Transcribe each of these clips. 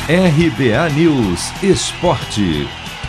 RBA News Esporte.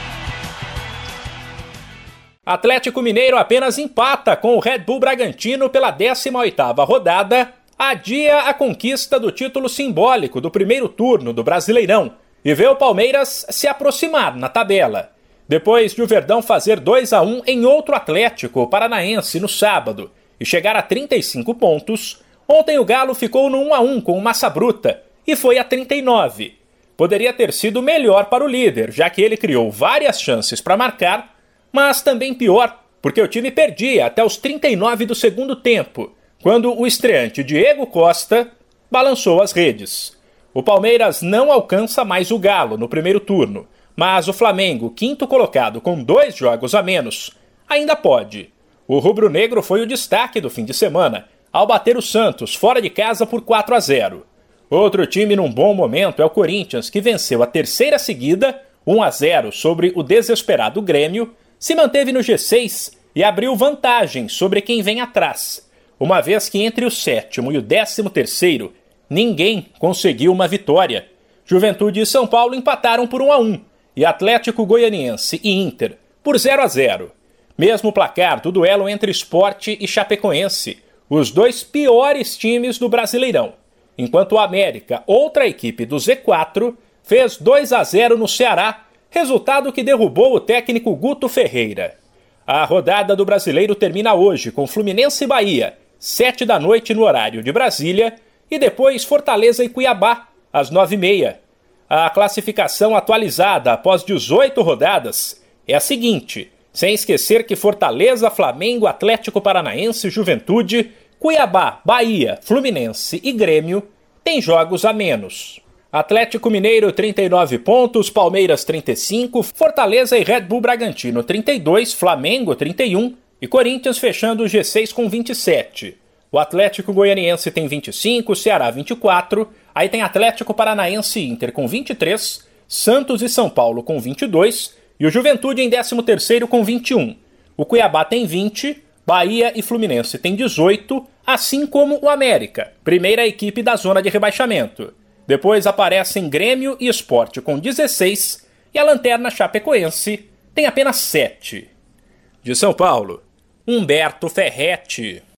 Atlético Mineiro apenas empata com o Red Bull Bragantino pela 18ª rodada, adia a conquista do título simbólico do primeiro turno do Brasileirão e vê o Palmeiras se aproximar na tabela. Depois de o Verdão fazer 2-1 em outro Atlético Paranaense no sábado e chegar a 35 pontos, ontem o Galo ficou no 1-1 com o Massa Bruta e foi a 39. Poderia ter sido melhor para o líder, já que ele criou várias chances para marcar, mas também pior, porque o time perdia até os 39 do segundo tempo, quando o estreante Diego Costa balançou as redes. O Palmeiras não alcança mais o Galo no primeiro turno, mas o Flamengo, quinto colocado com 2 jogos a menos, ainda pode. O rubro-negro foi o destaque do fim de semana, ao bater o Santos fora de casa por 4-0. Outro time num bom momento é o Corinthians, que venceu a terceira seguida, 1-0 sobre o desesperado Grêmio, se manteve no G6 e abriu vantagem sobre quem vem atrás, uma vez que entre o 7º e o 13º, ninguém conseguiu uma vitória. Juventude e São Paulo empataram por 1-1, e Atlético Goianiense e Inter por 0-0. Mesmo placar do duelo entre Sport e Chapecoense, os dois piores times do Brasileirão. Enquanto o América, outra equipe do Z4, fez 2-0 no Ceará, resultado que derrubou o técnico Guto Ferreira. A rodada do Brasileiro termina hoje com Fluminense e Bahia, 7 da noite no horário de Brasília, e depois Fortaleza e Cuiabá, às 9h30. A classificação atualizada após 18 rodadas é a seguinte, sem esquecer que Fortaleza, Flamengo, Atlético Paranaense, Juventude, Cuiabá, Bahia, Fluminense e Grêmio têm jogos a menos. Atlético Mineiro 39 pontos, Palmeiras 35, Fortaleza e Red Bull Bragantino 32, Flamengo 31 e Corinthians fechando o G6 com 27. O Atlético Goianiense tem 25, Ceará 24, aí tem Atlético Paranaense e Inter com 23, Santos e São Paulo com 22 e o Juventude em 13º com 21. O Cuiabá tem 20, Bahia e Fluminense têm 18, assim como o América, primeira equipe da zona de rebaixamento. Depois aparecem Grêmio e Sport com 16 e a lanterna Chapecoense tem apenas 7. De São Paulo, Humberto Ferretti.